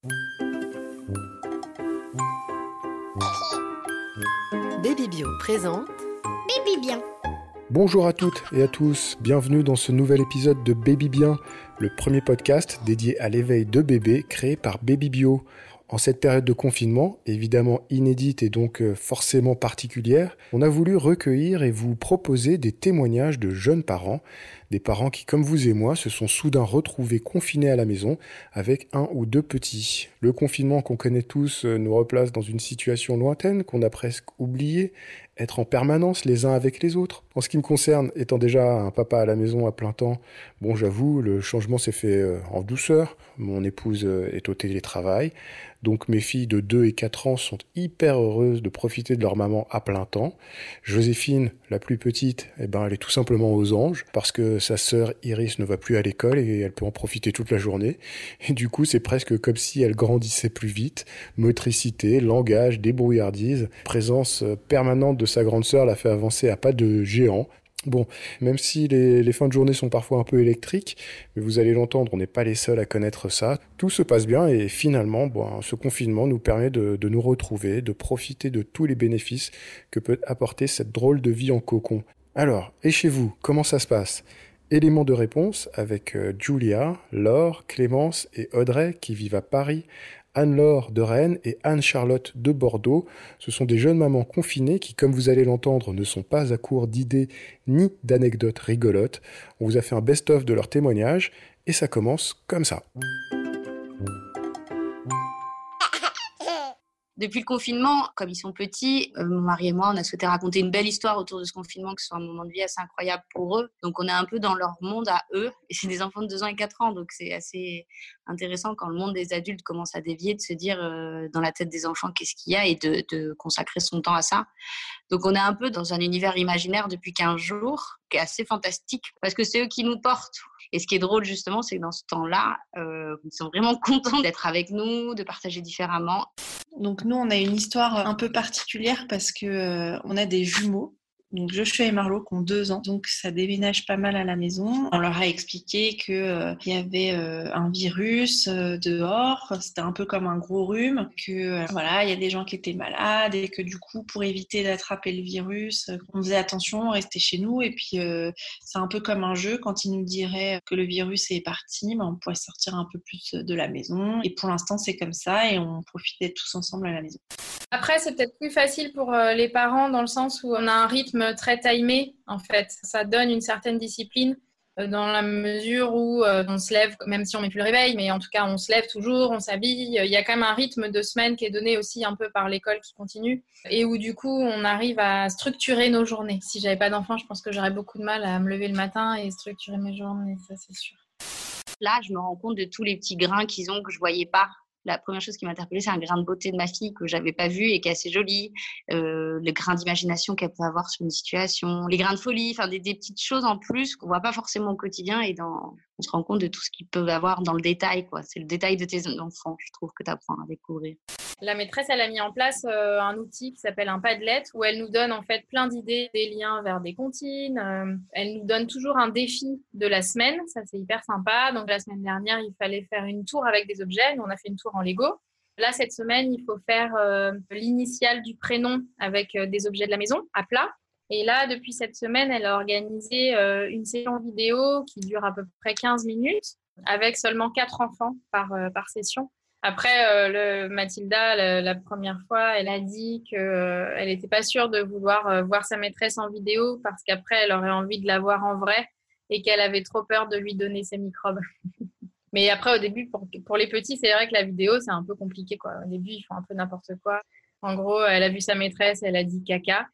Baby Bio présente Baby Bien. Bonjour à toutes et à tous, bienvenue dans ce nouvel épisode de Baby Bien, le premier podcast dédié à l'éveil de bébés créé par Baby Bio. En cette période de confinement, évidemment inédite et donc forcément particulière, on a voulu recueillir et vous proposer des témoignages de jeunes parents, des parents qui, comme vous et moi, se sont soudain retrouvés confinés à la maison avec un ou deux petits. Le confinement qu'on connaît tous nous replace dans une situation lointaine qu'on a presque oubliée, être en permanence les uns avec les autres. En ce qui me concerne, étant déjà un papa à la maison à plein temps, bon j'avoue, le changement s'est fait en douceur. Mon épouse est au télétravail, donc mes filles de 2 et 4 ans sont hyper heureuses de profiter de leur maman à plein temps. Joséphine, la plus petite, elle est tout simplement aux anges, parce que sa sœur Iris ne va plus à l'école et elle peut en profiter toute la journée. Et du coup, c'est presque comme si elle grandissait plus vite. Motricité, langage, débrouillardise, présence permanente de sa grande sœur la fait avancer à pas de géant. Bon, même si les fins de journée sont parfois un peu électriques, mais vous allez l'entendre, on n'est pas les seuls à connaître ça. Tout se passe bien et finalement, ce confinement nous permet de nous retrouver, de profiter de tous les bénéfices que peut apporter cette drôle de vie en cocon. Alors, et chez vous, comment ça se passe ? Éléments de réponse avec Julia, Laure, Clémence et Audrey qui vivent à Paris, Anne-Laure de Rennes et Anne-Charlotte de Bordeaux. Ce sont des jeunes mamans confinées qui, comme vous allez l'entendre, ne sont pas à court d'idées ni d'anecdotes rigolotes. On vous a fait un best-of de leurs témoignages et ça commence comme ça. Depuis le confinement, comme ils sont petits, mon mari et moi, on a souhaité raconter une belle histoire autour de ce confinement, que ce soit un moment de vie assez incroyable pour eux. Donc, on est un peu dans leur monde à eux. Et c'est des enfants de 2 ans et 4 ans. Donc, c'est assez intéressant quand le monde des adultes commence à dévier, de se dire dans la tête des enfants qu'est-ce qu'il y a et de consacrer son temps à ça. Donc, on est un peu dans un univers imaginaire depuis 15 jours, qui est assez fantastique, parce que c'est eux qui nous portent. Et ce qui est drôle, justement, c'est que dans ce temps-là, ils sont vraiment contents d'être avec nous, de partager différemment. Donc nous, on a une histoire un peu particulière parce que on a des jumeaux. Donc Joshua et Marlo qui ont 2 ans, donc ça déménage pas mal à la maison. On leur a expliqué que il y avait un virus dehors, c'était un peu comme un gros rhume, que il y a des gens qui étaient malades et que du coup pour éviter d'attraper le virus, on faisait attention, on restait chez nous et puis c'est un peu comme un jeu quand ils nous diraient que le virus est parti, on pourrait sortir un peu plus de la maison et pour l'instant c'est comme ça et on profite d'être tous ensemble à la maison. Après, c'est peut-être plus facile pour les parents dans le sens où on a un rythme très timé, en fait. Ça donne une certaine discipline dans la mesure où on se lève, même si on met plus le réveil, mais en tout cas, on se lève toujours, on s'habille. Il y a quand même un rythme de semaine qui est donné aussi un peu par l'école qui continue et où du coup, on arrive à structurer nos journées. Si j'avais pas d'enfant, je pense que j'aurais beaucoup de mal à me lever le matin et structurer mes journées, ça c'est sûr. Là, je me rends compte de tous les petits grains qu'ils ont que je voyais pas. La première chose qui m'a interpellée, c'est un grain de beauté de ma fille que j'avais pas vu et qui est assez joli. Le grain d'imagination qu'elle peut avoir sur une situation, les grains de folie, enfin des petites choses en plus qu'on voit pas forcément au quotidien et on se rend compte de tout ce qu'ils peuvent avoir dans le détail, quoi. C'est le détail de tes enfants, je trouve, que tu apprends à découvrir. La maîtresse, elle a mis en place un outil qui s'appelle un Padlet où elle nous donne en fait plein d'idées, des liens vers des comptines. Elle nous donne toujours un défi de la semaine, ça c'est hyper sympa. Donc la semaine dernière, il fallait faire une tour avec des objets. Nous, on a fait une tour en Lego. Là, cette semaine, il faut faire l'initiale du prénom avec des objets de la maison à plat. Et là, depuis cette semaine, elle a organisé une session vidéo qui dure à peu près 15 minutes avec seulement 4 enfants par session. Après, Mathilda, la première fois, elle a dit qu'elle n'était pas sûre de vouloir voir sa maîtresse en vidéo parce qu'après, elle aurait envie de la voir en vrai et qu'elle avait trop peur de lui donner ses microbes. Mais après, au début, pour les petits, c'est vrai que la vidéo, c'est un peu compliqué, quoi. Au début, ils font un peu n'importe quoi. En gros, elle a vu sa maîtresse, elle a dit caca.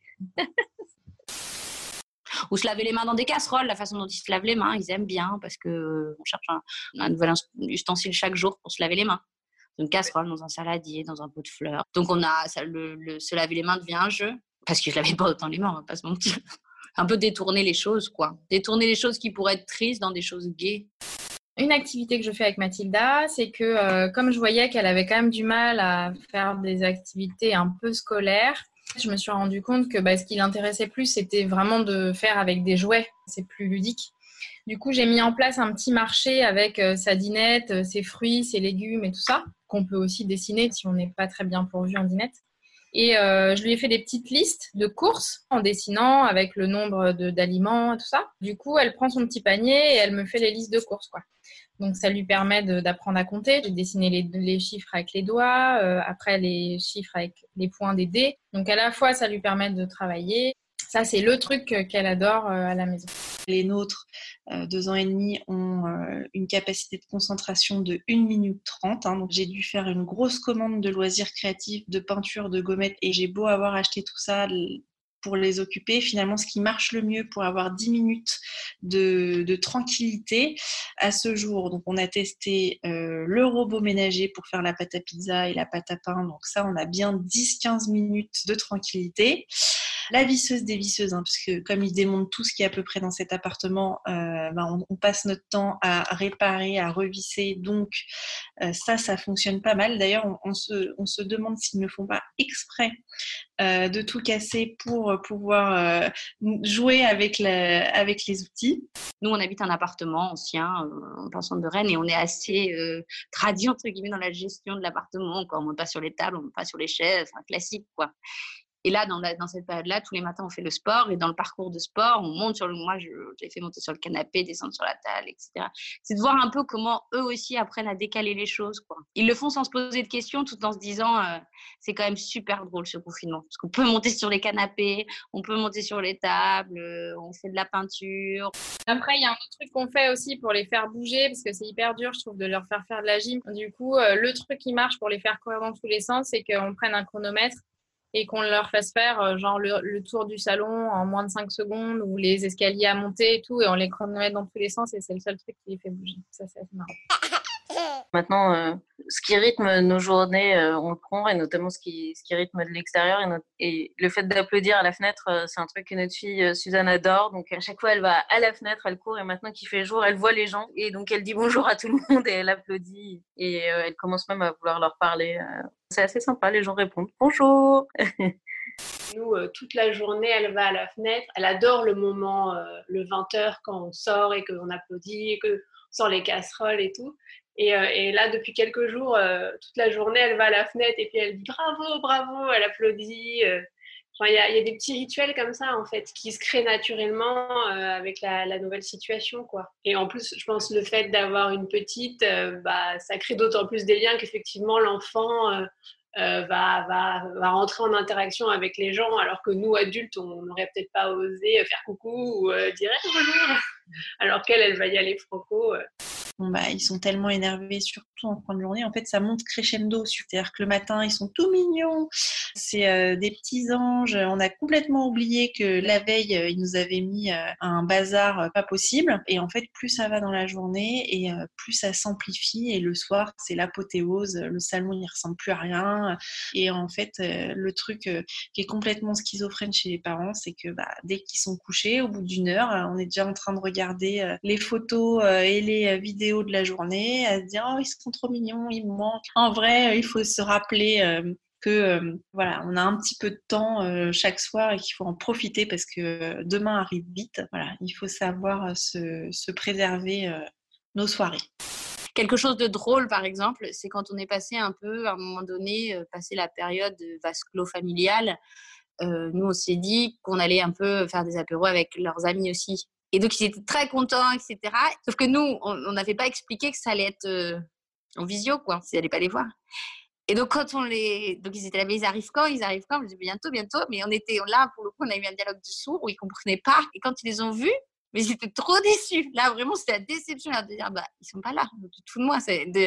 Ou se laver les mains dans des casseroles, la façon dont ils se lavent les mains, ils aiment bien parce qu'on cherche un nouvel ustensile chaque jour pour se laver les mains. Une casserole, dans un saladier, dans un pot de fleurs. Donc, se laver les mains devient un jeu parce que je lavais pas autant les mains, on va pas se mentir. Un peu détourner les choses, quoi. Détourner les choses qui pourraient être tristes dans des choses gaies. Une activité que je fais avec Mathilda, c'est que comme je voyais qu'elle avait quand même du mal à faire des activités un peu scolaires, je me suis rendu compte que ce qui l'intéressait plus, c'était vraiment de faire avec des jouets. C'est plus ludique. Du coup, j'ai mis en place un petit marché avec sa dinette, ses fruits, ses légumes et tout ça, qu'on peut aussi dessiner si on n'est pas très bien pourvu en dinette. Et je lui ai fait des petites listes de courses en dessinant avec le nombre d'aliments et tout ça. Du coup, elle prend son petit panier et elle me fait les listes de courses, quoi. Donc, ça lui permet d'apprendre à compter. J'ai dessiné les chiffres avec les doigts, après les chiffres avec les points des dés. Donc, à la fois, ça lui permet de travailler. Ça, c'est le truc qu'elle adore à la maison. Les nôtres, 2 ans et demi, ont une capacité de concentration de 1 minute 30. Donc, j'ai dû faire une grosse commande de loisirs créatifs, de peinture, de gommettes. Et j'ai beau avoir acheté tout ça pour les occuper, finalement, ce qui marche le mieux pour avoir 10 minutes de tranquillité à ce jour. Donc, on a testé le robot ménager pour faire la pâte à pizza et la pâte à pain. Donc, ça, on a bien 10-15 minutes de tranquillité. La visseuse dévisseuse, parce que comme il démonte tout ce qui est à peu près dans cet appartement, on passe notre temps à réparer, à revisser. Donc, ça fonctionne pas mal. D'ailleurs, on se demande s'ils ne font pas exprès de tout casser pour pouvoir jouer avec les outils. Nous, on habite un appartement ancien en plein centre de Rennes et on est assez tradis, entre guillemets, dans la gestion de l'appartement. On ne monte pas sur les tables, on ne monte pas sur les chaises, enfin, classique, quoi. Et là, dans cette période-là, tous les matins, on fait le sport. Et dans le parcours de sport, on monte moi, j'ai fait monter sur le canapé, descendre sur la table, etc. C'est de voir un peu comment eux aussi apprennent à décaler les choses, quoi. Ils le font sans se poser de questions, tout en se disant c'est quand même super drôle ce confinement. Parce qu'on peut monter sur les canapés, on peut monter sur les tables, on fait de la peinture. Après, il y a un autre truc qu'on fait aussi pour les faire bouger, parce que c'est hyper dur, je trouve, de leur faire de la gym. Du coup, le truc qui marche pour les faire courir dans tous les sens, c'est qu'on prenne un chronomètre et qu'on leur fasse faire genre le tour du salon en moins de 5 secondes ou les escaliers à monter et tout, et on les chronomètre dans tous les sens et c'est le seul truc qui les fait bouger. Ça, c'est assez marrant. Maintenant, ce qui rythme nos journées, on le prend, et notamment ce qui rythme de l'extérieur. Et le fait d'applaudir à la fenêtre, c'est un truc que notre fille Suzanne adore. Donc à chaque fois, elle va à la fenêtre, elle court, et maintenant qu'il fait jour, elle voit les gens. Et donc elle dit bonjour à tout le monde et elle applaudit. Et elle commence même à vouloir leur parler. C'est assez sympa, les gens répondent bonjour. Nous, toute la journée, elle va à la fenêtre. Elle adore le moment, le 20h, quand on sort et qu'on applaudit, et qu'on sort les casseroles et tout. Et là, depuis quelques jours, toute la journée, elle va à la fenêtre et puis elle dit bravo, bravo, elle applaudit. Il y a des petits rituels comme ça, en fait, qui se créent naturellement avec la nouvelle situation, quoi. Et en plus, je pense le fait d'avoir une petite, ça crée d'autant plus des liens qu'effectivement, l'enfant va rentrer en interaction avec les gens, alors que nous, adultes, on n'aurait peut-être pas osé faire coucou ou dire bonjour, alors qu'elle va y aller franco. Ils sont tellement énervés, surtout en fin de journée. En fait, ça monte crescendo. C'est-à-dire que le matin, ils sont tout mignons. C'est des petits anges. On a complètement oublié que la veille, ils nous avaient mis un bazar pas possible. Et en fait, plus ça va dans la journée et plus ça s'amplifie. Et le soir, c'est l'apothéose. Le salon, il ressemble plus à rien. Et en fait, le truc qui est complètement schizophrène chez les parents, c'est que dès qu'ils sont couchés, au bout d'1 heure, on est déjà en train de regarder les photos et les vidéos de la journée, à se dire oh, ils sont trop mignons, ils me manquent. En vrai, il faut se rappeler que on a un petit peu de temps chaque soir et qu'il faut en profiter parce que demain arrive vite. Voilà, il faut savoir se préserver nos soirées. Quelque chose de drôle, par exemple, c'est quand on est passé un peu, à un moment donné, passé la période de vase clos familial, nous, on s'est dit qu'on allait un peu faire des apéros avec leurs amis aussi. Et donc, ils étaient très contents, etc. Sauf que nous, on n'avait pas expliqué que ça allait être en visio, quoi. Ils n'allaient pas les voir. Et donc, donc ils étaient là, mais ils arrivent quand? Je dis bientôt. Mais on était là, pour le coup, on a eu un dialogue de sourds où ils ne comprenaient pas. Et quand ils les ont vus, mais ils étaient trop déçus. Là, vraiment, c'était la déception de dire, ils sont pas là. Tu te fous de moi.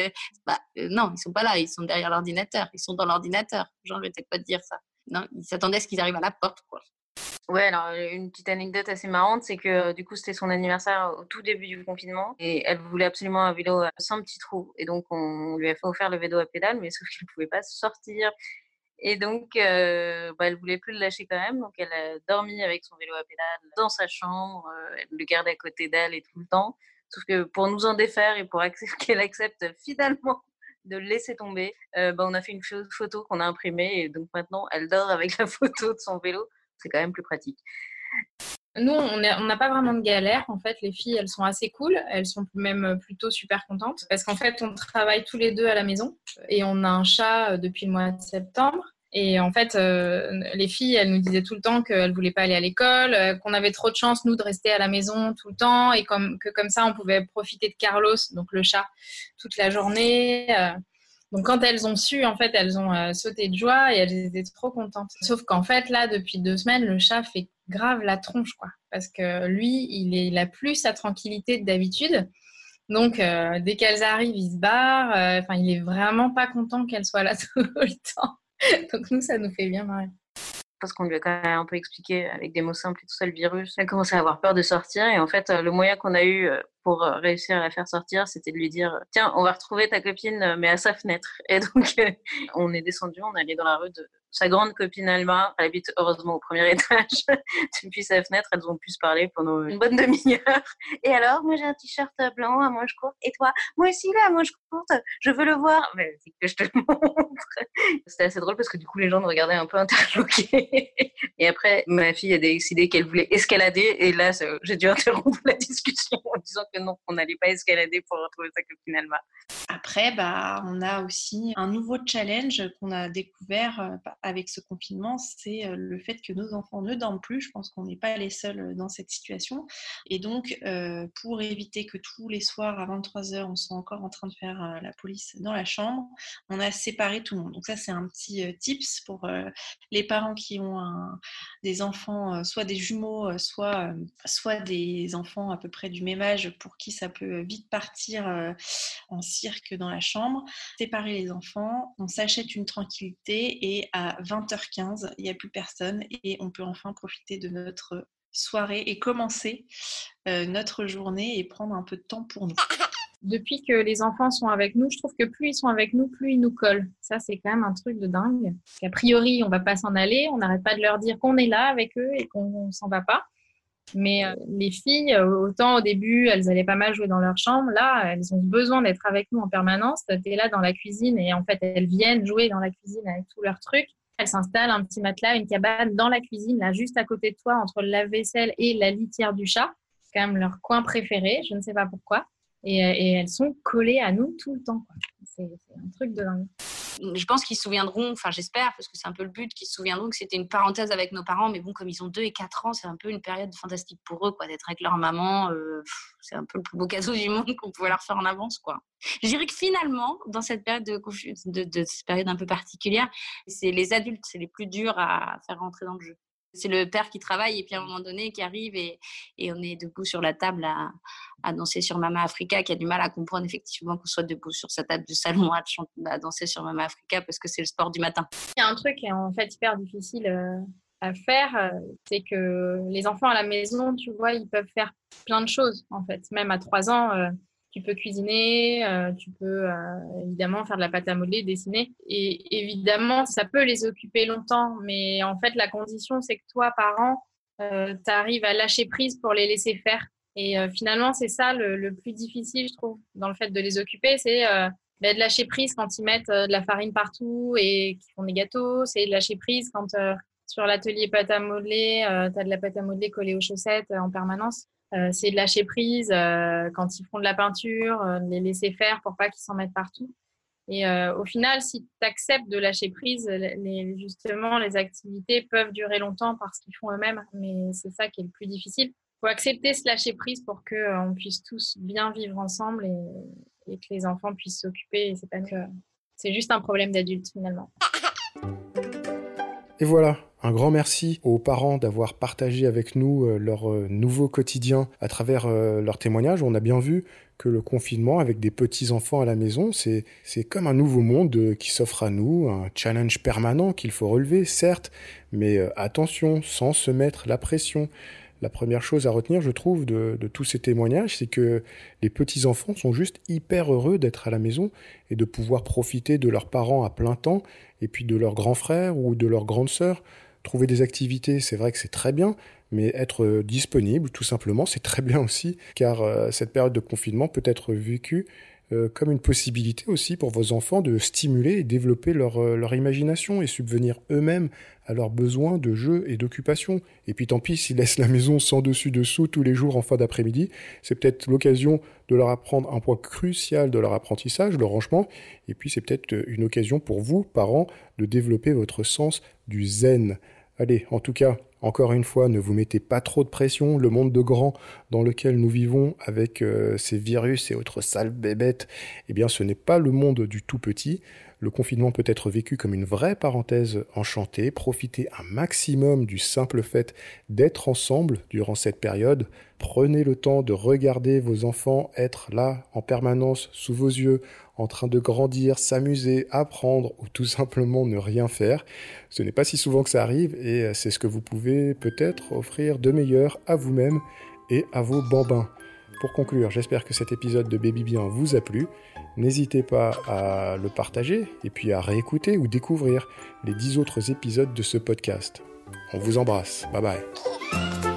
Non, ils sont pas là. Ils sont derrière l'ordinateur. Ils sont dans l'ordinateur. Genre, je vais peut-être pas te dire ça. Non, ils s'attendaient à ce qu'ils arrivent à la porte, quoi. Ouais, alors une petite anecdote assez marrante, c'est que du coup c'était son anniversaire au tout début du confinement et elle voulait absolument un vélo sans petit trou, et donc on lui a fait offert le vélo à pédales, mais sauf qu'elle pouvait pas sortir, et donc elle voulait plus le lâcher quand même, donc elle a dormi avec son vélo à pédales dans sa chambre, elle le gardait à côté d'elle et tout le temps, sauf que pour nous en défaire et pour qu'elle accepte finalement de le laisser tomber, on a fait une photo qu'on a imprimée, et donc maintenant elle dort avec la photo de son vélo. C'est quand même plus pratique. Nous, on n'a pas vraiment de galère. En fait, les filles, elles sont assez cool. Elles sont même plutôt super contentes. Parce qu'en fait, on travaille tous les deux à la maison. Et on a un chat depuis le mois de septembre. Et en fait, les filles, elles nous disaient tout le temps qu'elles ne voulaient pas aller à l'école, qu'on avait trop de chance, nous, de rester à la maison tout le temps. Et comme ça, on pouvait profiter de Carlos, donc le chat, toute la journée. Donc, quand elles ont su, en fait, elles ont sauté de joie et elles étaient trop contentes. Sauf qu'en fait, là, depuis 2 semaines, le chat fait grave la tronche, quoi. Parce que lui, il a plus sa tranquillité que d'habitude. Donc, dès qu'elles arrivent, il se barre. Il est vraiment pas content qu'elles soient là tout le temps. Donc, nous, ça nous fait bien marrer. Parce qu'on lui a quand même un peu expliqué avec des mots simples et tout ça, le virus. Elle commençait à avoir peur de sortir. Et en fait, le moyen qu'on a eu pour réussir à la faire sortir, c'était de lui dire « Tiens, on va retrouver ta copine, mais à sa fenêtre. » Et donc, on est descendu, on est allé dans la rue de sa grande copine Alma. Elle habite heureusement au premier étage. Depuis sa fenêtre, elles ont pu se parler pendant une bonne demi-heure. Et alors, moi j'ai un t-shirt blanc à manches courtes. Et toi? Moi aussi, là, à manches courtes. Je veux le voir. Mais c'est que je te le montre. C'était assez drôle parce que du coup, les gens nous regardaient un peu interloqués. Et après, ma fille a décidé qu'elle voulait escalader. Et là, j'ai dû interrompre la discussion en disant que non, on n'allait pas escalader pour retrouver sa copine Alma. Après, on a aussi un nouveau challenge qu'on a découvert avec ce confinement, c'est le fait que nos enfants ne dorment plus. Je pense qu'on n'est pas les seuls dans cette situation. Et donc, pour éviter que tous les soirs à 23h, on soit encore en train de faire la police dans la chambre, on a séparé tout le monde. Donc ça, c'est un petit tips pour les parents qui ont des enfants, soit des jumeaux, soit des enfants à peu près du même âge pour qui ça peut vite partir en cirque dans la chambre. Séparer les enfants, on s'achète une tranquillité et à 20h15, il n'y a plus personne et on peut enfin profiter de notre soirée et commencer notre journée et prendre un peu de temps pour nous. Depuis que les enfants sont avec nous, je trouve que plus ils sont avec nous, plus ils nous collent. Ça, c'est quand même un truc de dingue. Parce qu'a priori, on ne va pas s'en aller, on n'arrête pas de leur dire qu'on est là avec eux et qu'on ne s'en va pas. Mais les filles, autant au début, elles allaient pas mal jouer dans leur chambre. Là, elles ont besoin d'être avec nous en permanence. Tu es là dans la cuisine et en fait, elles viennent jouer dans la cuisine avec tous leurs trucs. Elles s'installent un petit matelas, une cabane dans la cuisine, là, juste à côté de toi, entre le lave-vaisselle et la litière du chat. C'est quand même leur coin préféré, je ne sais pas pourquoi. Et elles sont collées à nous tout le temps, quoi. C'est un truc de dingue. Je pense qu'ils se souviendront, enfin j'espère, parce que c'est un peu le but, qu'ils se souviendront que c'était une parenthèse avec nos parents, mais bon, comme ils ont 2 et 4 ans, c'est un peu une période fantastique pour eux, quoi, d'être avec leur maman. C'est un peu le plus beau cadeau du monde qu'on pouvait leur faire en avance, quoi. Je dirais que finalement, dans cette période de cette période un peu particulière, c'est les adultes, c'est les plus durs à faire rentrer dans le jeu. C'est le père qui travaille et puis à un moment donné qui arrive et on est debout sur la table à danser sur Mama Africa, qui a du mal à comprendre effectivement qu'on soit debout sur sa table de salon à danser sur Mama Africa parce que c'est le sport du matin. Il y a un truc qui est en fait hyper difficile à faire, c'est que les enfants à la maison, tu vois, ils peuvent faire plein de choses en fait. Même à 3 ans, tu peux cuisiner, tu peux évidemment faire de la pâte à modeler, dessiner. Et évidemment, ça peut les occuper longtemps. Mais en fait, la condition, c'est que toi, parent, tu arrives à lâcher prise pour les laisser faire. Et finalement, c'est ça le plus difficile, je trouve, dans le fait de les occuper. C'est de lâcher prise quand ils mettent de la farine partout et qu'ils font des gâteaux. C'est de lâcher prise quand sur l'atelier pâte à modeler, tu as de la pâte à modeler collée aux chaussettes en permanence. C'est de lâcher prise quand ils font de la peinture, les laisser faire pour pas qu'ils s'en mettent partout. Et au final, si tu acceptes de lâcher prise, justement, les activités peuvent durer longtemps parce qu'ils font eux-mêmes, mais c'est ça qui est le plus difficile. Il faut accepter ce lâcher prise pour qu'on puisse tous bien vivre ensemble et que les enfants puissent s'occuper. Et c'est juste un problème d'adulte finalement. Et voilà, un grand merci aux parents d'avoir partagé avec nous leur nouveau quotidien à travers leurs témoignages. On a bien vu que le confinement avec des petits-enfants à la maison, c'est comme un nouveau monde qui s'offre à nous, un challenge permanent qu'il faut relever, certes, mais attention, sans se mettre la pression. La première chose à retenir, je trouve, de tous ces témoignages, c'est que les petits-enfants sont juste hyper heureux d'être à la maison et de pouvoir profiter de leurs parents à plein temps et puis de leurs grands frères ou de leurs grandes sœurs. Trouver des activités, c'est vrai que c'est très bien, mais être disponible, tout simplement, c'est très bien aussi, car cette période de confinement peut être vécue comme une possibilité aussi pour vos enfants de stimuler et développer leur imagination et subvenir eux-mêmes à leurs besoins de jeu et d'occupation. Et puis tant pis s'ils laissent la maison sans dessus-dessous tous les jours en fin d'après-midi, c'est peut-être l'occasion de leur apprendre un point crucial de leur apprentissage, le rangement, et puis c'est peut-être une occasion pour vous, parents, de développer votre sens du zen. Allez, en tout cas, encore une fois, ne vous mettez pas trop de pression. Le monde de grands dans lequel nous vivons avec ces virus et autres sales bébêtes, eh bien, ce n'est pas le monde du tout petit. Le confinement peut être vécu comme une vraie parenthèse enchantée. Profitez un maximum du simple fait d'être ensemble durant cette période. Prenez le temps de regarder vos enfants être là en permanence sous vos yeux, en train de grandir, s'amuser, apprendre ou tout simplement ne rien faire. Ce n'est pas si souvent que ça arrive et c'est ce que vous pouvez peut-être offrir de meilleur à vous-même et à vos bambins. Pour conclure, j'espère que cet épisode de Baby Bien vous a plu. N'hésitez pas à le partager et puis à réécouter ou découvrir les 10 autres épisodes de ce podcast. On vous embrasse. Bye bye.